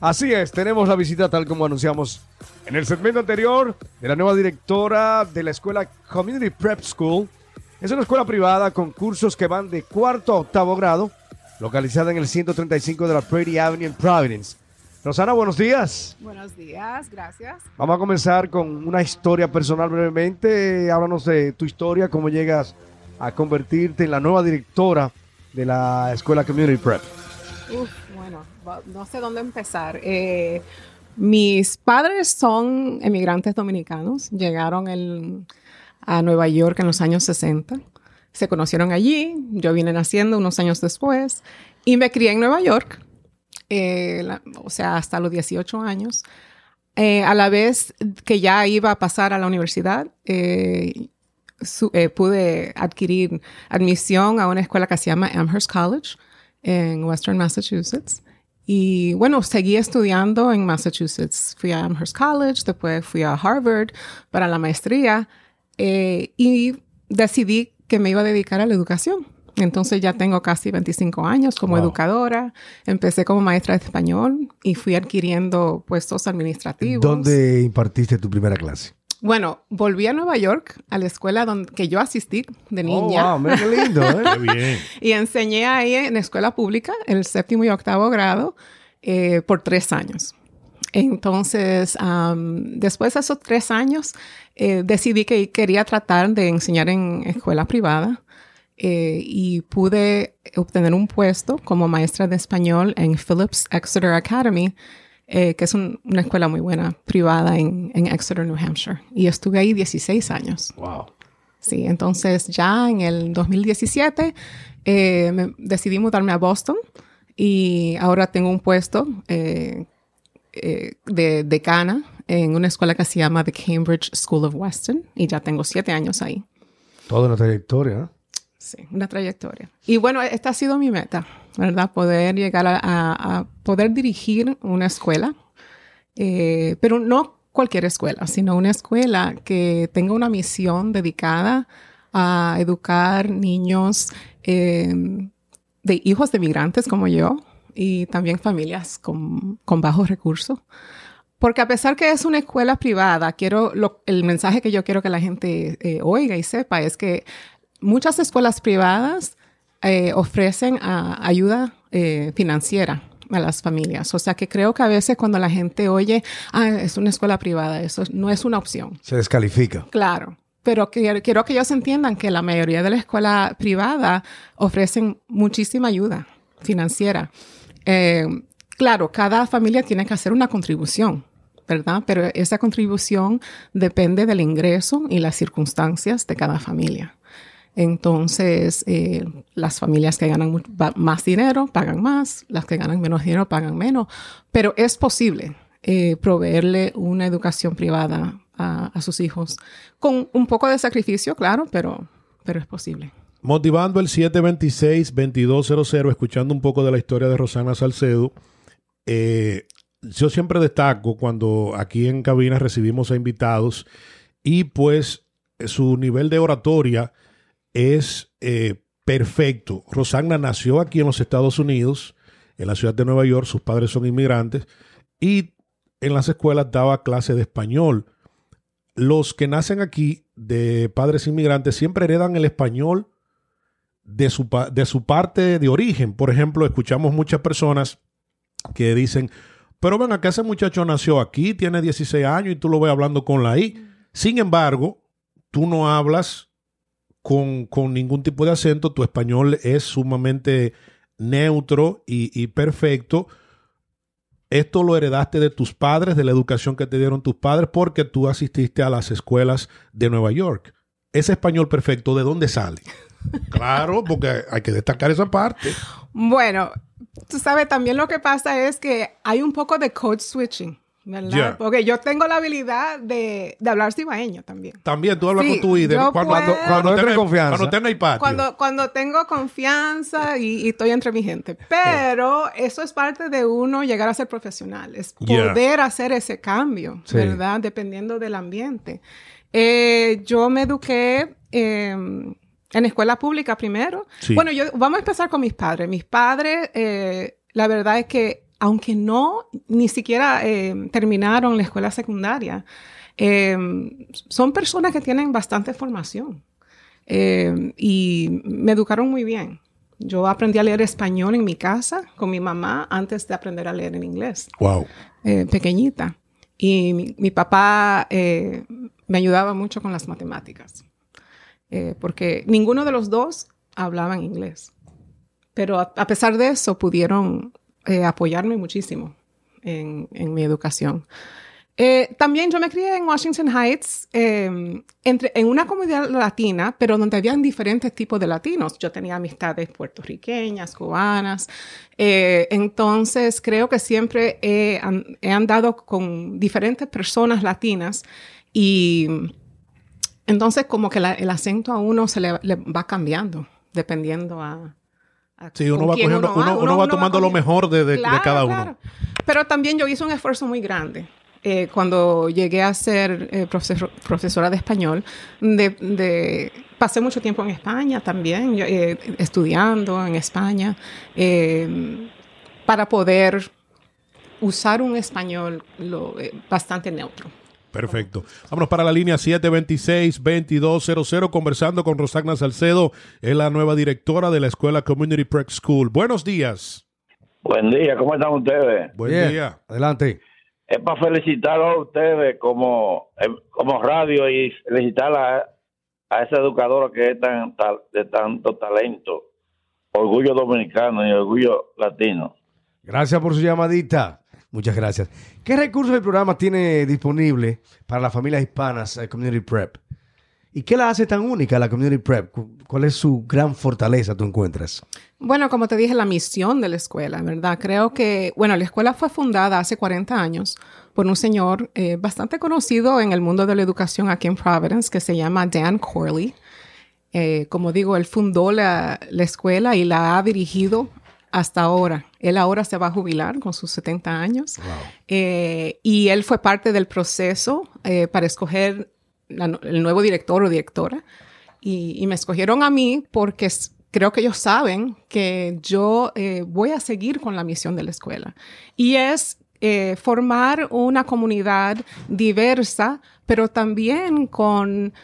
Así es, tenemos la visita tal como anunciamos en el segmento anterior de la nueva directora de la escuela Community Prep School. Es una escuela privada con cursos que van de cuarto a octavo grado, localizada en el 135 de la Prairie Avenue en Providence. Rosana, buenos días. Buenos días, gracias. Vamos a comenzar con una historia personal brevemente. Háblanos de tu historia, cómo llegas a convertirte en la nueva directora de la escuela Community Prep. Bueno, no sé dónde empezar. Mis padres son emigrantes dominicanos. Llegaron a Nueva York en los años 60. Se conocieron allí. Yo vine naciendo unos años después y me crié en Nueva York. Hasta los 18 años. A la vez que ya iba a pasar a la universidad, pude adquirir admisión a una escuela que se llama Amherst College en Western Massachusetts. Y bueno, seguí estudiando en Massachusetts. Fui a Amherst College, después fui a Harvard para la maestría y decidí que me iba a dedicar a la educación. Entonces ya tengo casi 25 años como educadora. Empecé como maestra de español y fui adquiriendo puestos administrativos. ¿Dónde impartiste tu primera clase? Bueno, volví a Nueva York, a la escuela que yo asistí de niña. ¡Oh, wow! ¡Qué lindo! ¡Qué bien! Y enseñé ahí en escuela pública, el séptimo y octavo grado, por 3 años. Entonces, después de esos 3 años, decidí que quería tratar de enseñar en escuela privada. Y pude obtener un puesto como maestra de español en Phillips Exeter Academy, que es una escuela muy buena, privada en Exeter, New Hampshire. Y estuve ahí 16 años. ¡Wow! Sí, entonces ya en el 2017 decidí mudarme a Boston y ahora tengo un puesto de decana en una escuela que se llama The Cambridge School of Weston y ya tengo 7 años ahí. Toda una trayectoria, ¿eh? Sí, una trayectoria. Y bueno, esta ha sido mi meta, ¿verdad? Poder llegar a poder dirigir una escuela, pero no cualquier escuela, sino una escuela que tenga una misión dedicada a educar niños de hijos de migrantes como yo y también familias con bajos recursos. Porque a pesar que es una escuela privada, el mensaje que yo quiero que la gente oiga y sepa es que muchas escuelas privadas ofrecen ayuda financiera a las familias. O sea que creo que a veces cuando la gente oye, es una escuela privada, eso no es una opción. Se descalifica. Claro. Pero quiero que ellos entiendan que la mayoría de la escuela privada ofrecen muchísima ayuda financiera. Claro, cada familia tiene que hacer una contribución, ¿verdad? Pero esa contribución depende del ingreso y las circunstancias de cada familia. Entonces, las familias que ganan más dinero pagan más, las que ganan menos dinero pagan menos, pero es posible proveerle una educación privada a sus hijos con un poco de sacrificio, claro, pero es posible. Motivando el 726-2200, escuchando un poco de la historia de Rosana Salcedo, yo siempre destaco cuando aquí en cabina recibimos a invitados y pues su nivel de oratoria es perfecto. Rosana nació aquí en los Estados Unidos, en la ciudad de Nueva York. Sus padres son inmigrantes y en las escuelas daba clase de español. Los que nacen aquí de padres inmigrantes siempre heredan el español de su parte de origen. Por ejemplo, escuchamos muchas personas que dicen, pero ven acá, ese muchacho nació aquí, tiene 16 años y tú lo ves hablando con la I. Sin embargo, tú no hablas con ningún tipo de acento, tu español es sumamente neutro y perfecto. Esto lo heredaste de tus padres, de la educación que te dieron tus padres, porque tú asististe a las escuelas de Nueva York. Ese español perfecto, ¿de dónde sale? Claro, porque hay que destacar esa parte. Bueno, tú sabes, también lo que pasa es que hay un poco de code switching, ¿verdad? Yeah. Porque yo tengo la habilidad de hablar cibaeño también. También tú hablas con tu líder cuando tengas confianza. Cuando tengas patio. Cuando tengo confianza y estoy entre mi gente. Pero eso es parte de uno llegar a ser profesional. Es poder hacer ese cambio, ¿verdad? Dependiendo del ambiente. Yo me eduqué en escuela pública primero. Sí. Bueno, vamos a empezar con mis padres. Mis padres, la verdad es que aunque ni siquiera terminaron la escuela secundaria, son personas que tienen bastante formación y me educaron muy bien. Yo aprendí a leer español en mi casa con mi mamá antes de aprender a leer en inglés. Wow. Pequeñita. Y mi papá me ayudaba mucho con las matemáticas. Porque ninguno de los dos hablaba en inglés. Pero a pesar de eso, pudieron apoyarme muchísimo en mi educación. También yo me crié en Washington Heights, en una comunidad latina, pero donde habían diferentes tipos de latinos. Yo tenía amistades puertorriqueñas, cubanas. Entonces, creo que siempre he andado con diferentes personas latinas y entonces como que el acento a uno se le va cambiando, dependiendo a sí, uno va cogiendo, uno va tomando lo mejor de cada uno. Claro. Pero también yo hice un esfuerzo muy grande. Cuando llegué a ser profesora de español, pasé mucho tiempo en España también, estudiando en España, para poder usar un español bastante neutro. Perfecto. Vámonos para la línea 726-2200, conversando con Rosagna Salcedo, es la nueva directora de la escuela Community Prep School. Buenos días. Buen día, ¿cómo están ustedes? Buen día. Adelante. Es para felicitarlos a ustedes como radio y felicitar a esa educadora que es de tanto talento, orgullo dominicano y orgullo latino. Gracias por su llamadita. Muchas gracias. ¿Qué recursos el programa tiene disponible para las familias hispanas Community Prep? ¿Y qué la hace tan única la Community Prep? ¿Cuál es su gran fortaleza, tú encuentras? Bueno, como te dije, la misión de la escuela, ¿verdad? Creo que, la escuela fue fundada hace 40 años por un señor bastante conocido en el mundo de la educación aquí en Providence, que se llama Dan Corley. Como digo, él fundó la escuela y la ha dirigido hasta ahora. Él ahora se va a jubilar con sus 70 años. Wow. Y él fue parte del proceso para escoger el nuevo director o directora. Y me escogieron a mí porque creo que ellos saben que yo voy a seguir con la misión de la escuela. Y es formar una comunidad diversa, pero también con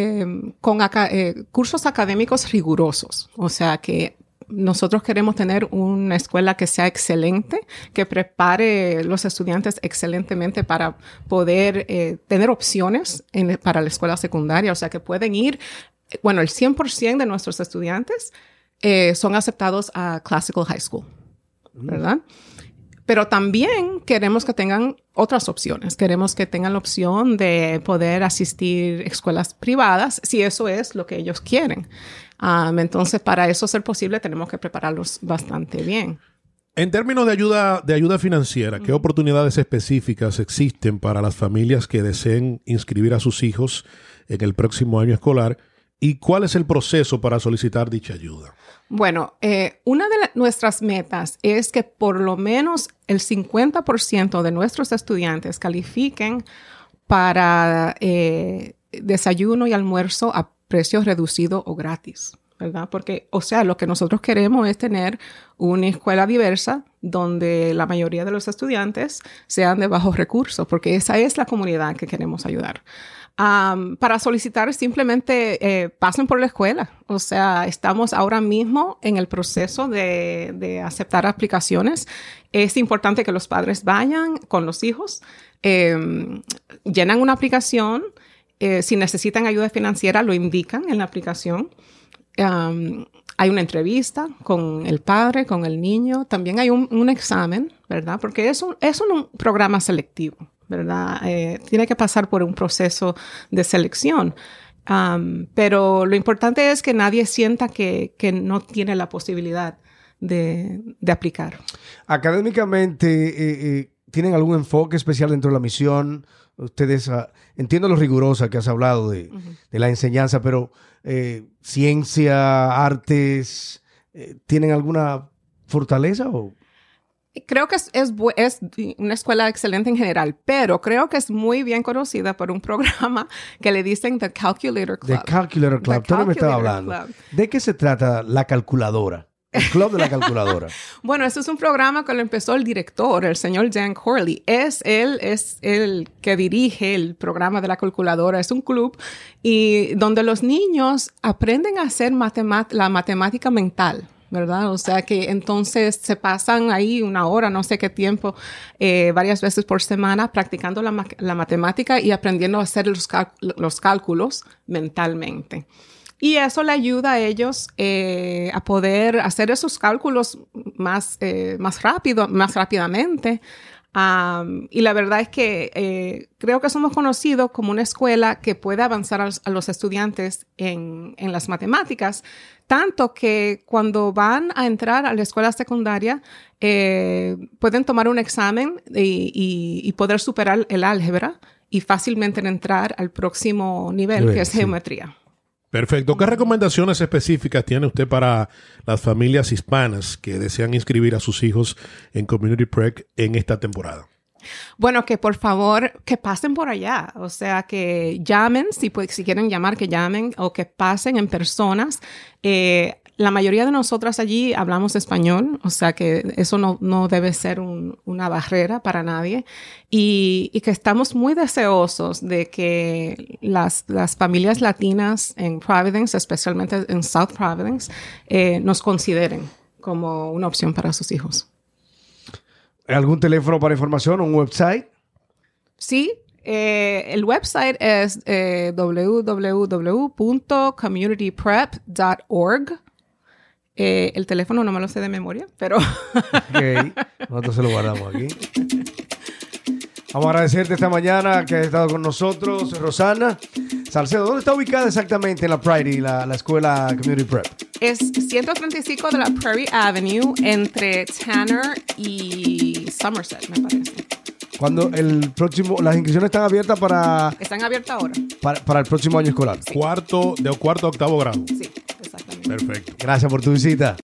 cursos académicos rigurosos. O sea, que nosotros queremos tener una escuela que sea excelente, que prepare los estudiantes excelentemente para poder tener opciones para la escuela secundaria. O sea, que pueden ir, el 100% de nuestros estudiantes son aceptados a Classical High School, ¿verdad? Pero también queremos que tengan otras opciones. Queremos que tengan la opción de poder asistir a escuelas privadas, si eso es lo que ellos quieren. Entonces, para eso ser posible, tenemos que prepararlos bastante bien. En términos de ayuda financiera, ¿qué oportunidades específicas existen para las familias que deseen inscribir a sus hijos en el próximo año escolar? ¿Y cuál es el proceso para solicitar dicha ayuda? Bueno, una de nuestras metas es que por lo menos el 50% de nuestros estudiantes califiquen para desayuno y almuerzo a precio reducido o gratis, ¿verdad? Porque, lo que nosotros queremos es tener una escuela diversa donde la mayoría de los estudiantes sean de bajos recursos, porque esa es la comunidad que queremos ayudar. Para solicitar simplemente pasen por la escuela. O sea, estamos ahora mismo en el proceso de aceptar aplicaciones. Es importante que los padres vayan con los hijos, llenan una aplicación. Si necesitan ayuda financiera, lo indican en la aplicación. Hay una entrevista con el padre, con el niño. También hay un examen, ¿verdad? Porque es un programa selectivo, ¿verdad? Tiene que pasar por un proceso de selección. Pero lo importante es que nadie sienta que no tiene la posibilidad de aplicar. Académicamente, ¿tienen algún enfoque especial dentro de la misión? Ustedes, entiendo lo rigurosa que has hablado de la enseñanza, pero ciencia, artes, ¿tienen alguna fortaleza o...? Creo que es una escuela excelente en general, pero creo que es muy bien conocida por un programa que le dicen The Calculator Club. The Calculator Club. Tú no me estabas hablando. ¿De qué se trata la calculadora? el Club de la Calculadora? Bueno, este es un programa que lo empezó el director, el señor Dan Corley. Es el que dirige el programa de la calculadora. Es un club y donde los niños aprenden a hacer la matemática mental, ¿verdad? O sea que entonces se pasan ahí una hora, no sé qué tiempo, varias veces por semana practicando la matemática y aprendiendo a hacer los cálculos mentalmente. Y eso le ayuda a ellos a poder hacer esos cálculos más rápidamente. Y la verdad es que creo que somos conocidos como una escuela que puede avanzar a los estudiantes en las matemáticas, tanto que cuando van a entrar a la escuela secundaria pueden tomar un examen y poder superar el álgebra y fácilmente entrar al próximo nivel, que es geometría. Perfecto. ¿Qué recomendaciones específicas tiene usted para las familias hispanas que desean inscribir a sus hijos en Community Prep en esta temporada? Bueno, que por favor, que pasen por allá. O sea, que llamen, si quieren llamar, que llamen o que pasen en personas. La mayoría de nosotras allí hablamos español, o sea que eso no debe ser una barrera para nadie. Y que estamos muy deseosos de que las familias latinas en Providence, especialmente en South Providence, nos consideren como una opción para sus hijos. ¿Algún teléfono para información o un website? Sí. El website es www.communityprep.org. El teléfono no me lo sé de memoria, pero... Ok, nosotros se lo guardamos aquí. Vamos a agradecerte esta mañana que has estado con nosotros, Rosana Salcedo. ¿Dónde está ubicada exactamente en la Prairie, la escuela Community Prep? Es 135 de la Prairie Avenue entre Tanner y Somerset, me parece. Cuando las inscripciones están abiertas Están abiertas ahora. Para el próximo año escolar. Sí. De cuarto a octavo grado. Sí, exactamente. Perfecto. Gracias por tu visita.